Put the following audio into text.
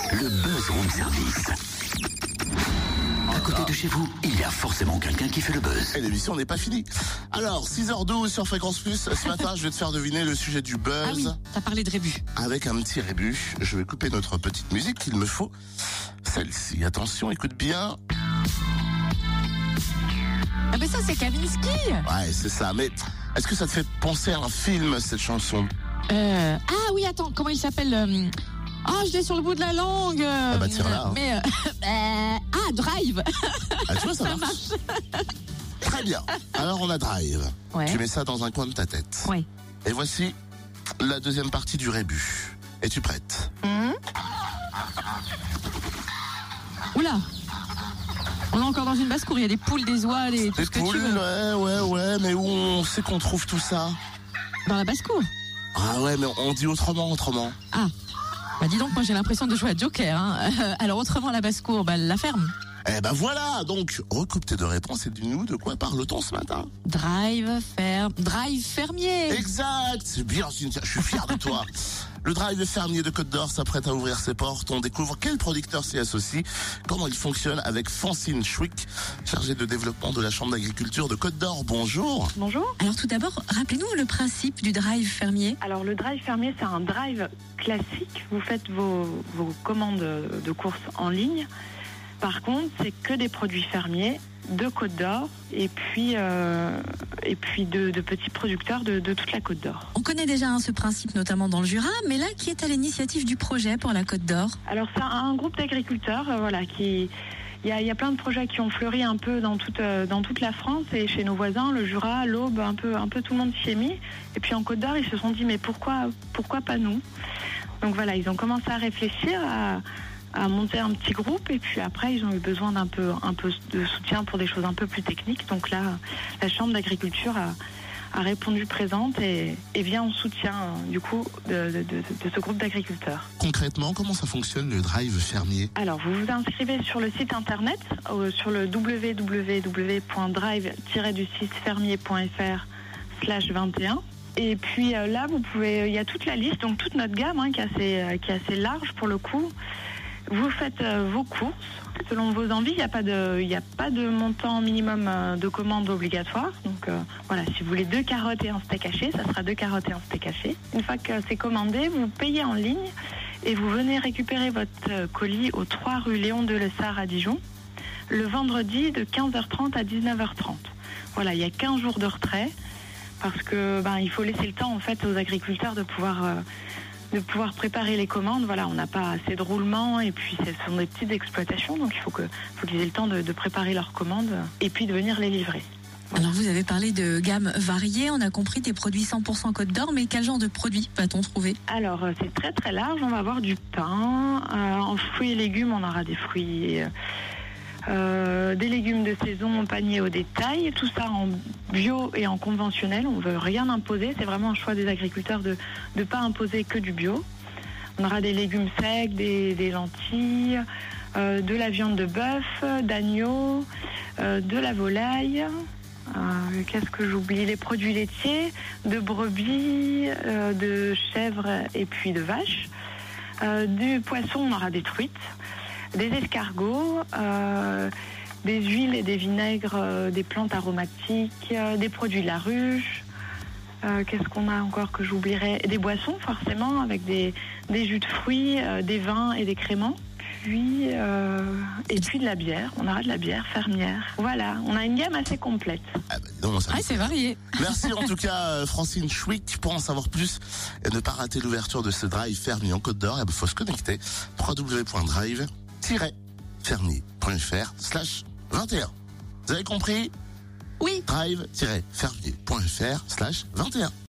Le Buzz Room Service. À côté de chez vous, il y a forcément quelqu'un qui fait le buzz. Et l'émission n'est pas finie. Alors, 6h12 sur Fréquence Plus. Ce matin, je vais te faire deviner le sujet du buzz. Ah oui, t'as parlé de rébus. Avec un petit rébut, je vais couper notre petite musique qu'il me faut. Celle-ci, attention, écoute bien. Ah ben ça c'est Kavinsky. Ouais, c'est ça, mais est-ce que ça te fait penser à un film, cette chanson? Ah oui, attends, comment il s'appelle je l'ai sur le bout de la langue. Ah bah tire-là. Hein. Mais Drive. Ah, tu vois, ça marche. Très bien. Alors on a Drive. Ouais. Tu mets ça dans un coin de ta tête. Ouais. Et voici la deuxième partie du rébut. Es-tu prête? Oula. On est encore dans une basse-cour, il y a des poules, des oies, tout Des ce que poules, tu veux. ouais, mais où on sait qu'on trouve tout ça? Dans la basse-cour. Ah ouais, mais on dit autrement. Ah. Bah dis donc, moi j'ai l'impression de jouer à Joker. Alors autrement la basse-cour, la ferme. Eh ben voilà, donc recoupe tes deux réponses et dis-nous de quoi parle-t-on ce matin? Drive fermier. Exact, c'est bien Cynthia, je suis fier de toi. Le Drive fermier de Côte d'Or s'apprête à ouvrir ses portes. On découvre quel producteur s'y associe, comment il fonctionne avec Francine Schwick, chargée de développement de la Chambre d'agriculture de Côte d'Or. Bonjour. Bonjour. Alors tout d'abord, rappelez-nous le principe du drive fermier. Alors le drive fermier, c'est un drive classique. Vous faites vos commandes de courses en ligne. Par contre, c'est que des produits fermiers de Côte d'Or et puis de petits producteurs de toute la Côte d'Or. On connaît déjà ce principe notamment dans le Jura, mais là, qui est à l'initiative du projet pour la Côte d'Or? Alors c'est un groupe d'agriculteurs, il y a plein de projets qui ont fleuri un peu dans toute la France et chez nos voisins, le Jura, l'Aube, un peu tout le monde s'y est mis. Et puis en Côte d'Or, ils se sont dit mais pourquoi pas nous? Donc voilà, ils ont commencé à réfléchir à monter un petit groupe et puis après ils ont eu besoin d'un peu de soutien pour des choses un peu plus techniques. Donc là, la Chambre d'agriculture a répondu présente et vient en soutien du coup de ce groupe d'agriculteurs. Concrètement, comment ça fonctionne le Drive fermier? Alors vous vous inscrivez sur le site internet sur le www.drive-fermier.fr/21. Et puis là, il y a toute la liste, donc toute notre gamme qui est assez large pour le coup. Vous faites vos courses selon vos envies. Il n'y a pas de montant minimum de commande obligatoire. Donc voilà, si vous voulez 2 carottes et un steak haché, ça sera 2 carottes et un steak haché. Une fois que c'est commandé, vous payez en ligne et vous venez récupérer votre colis au 3 rue Léon de Lessard à Dijon le vendredi de 15h30 à 19h30. Voilà, il y a 15 jours de retrait parce que il faut laisser le temps en fait aux agriculteurs de pouvoir préparer les commandes. Voilà, on n'a pas assez de roulement et puis ce sont des petites exploitations, donc il faut qu'ils aient le temps de préparer leurs commandes et puis de venir les livrer. Voilà. Alors vous avez parlé de gamme variée, on a compris des produits 100% Côte d'Or, mais quel genre de produits va-t-on trouver? Alors c'est très très large, on va avoir du pain, en fruits et légumes on aura des fruits, des légumes de saison, panier au détail, tout ça en bio et en conventionnel. On ne veut rien imposer, c'est vraiment un choix des agriculteurs de ne pas imposer que du bio. On aura des légumes secs, des lentilles, de la viande de bœuf, d'agneau, de la volaille. Qu'est-ce que j'oublie? Les produits laitiers, de brebis, de chèvres et puis de vaches. Du poisson, on aura des truites, des escargots, des huiles et des vinaigres, des plantes aromatiques, des produits de la ruche. Qu'est-ce qu'on a encore que j'oublierais? Des boissons forcément avec des jus de fruits, des vins et des créments. Et puis de la bière. On aura de la bière fermière. Voilà, on a une gamme assez complète. C'est varié. Merci en tout cas Francine Schwick. Pour en savoir plus et ne pas rater l'ouverture de ce Drive fermier en Côte d'Or, il faut se connecter www.drive-fermier.fr/21. Vous avez compris? Oui. Drive-fermier.fr/21.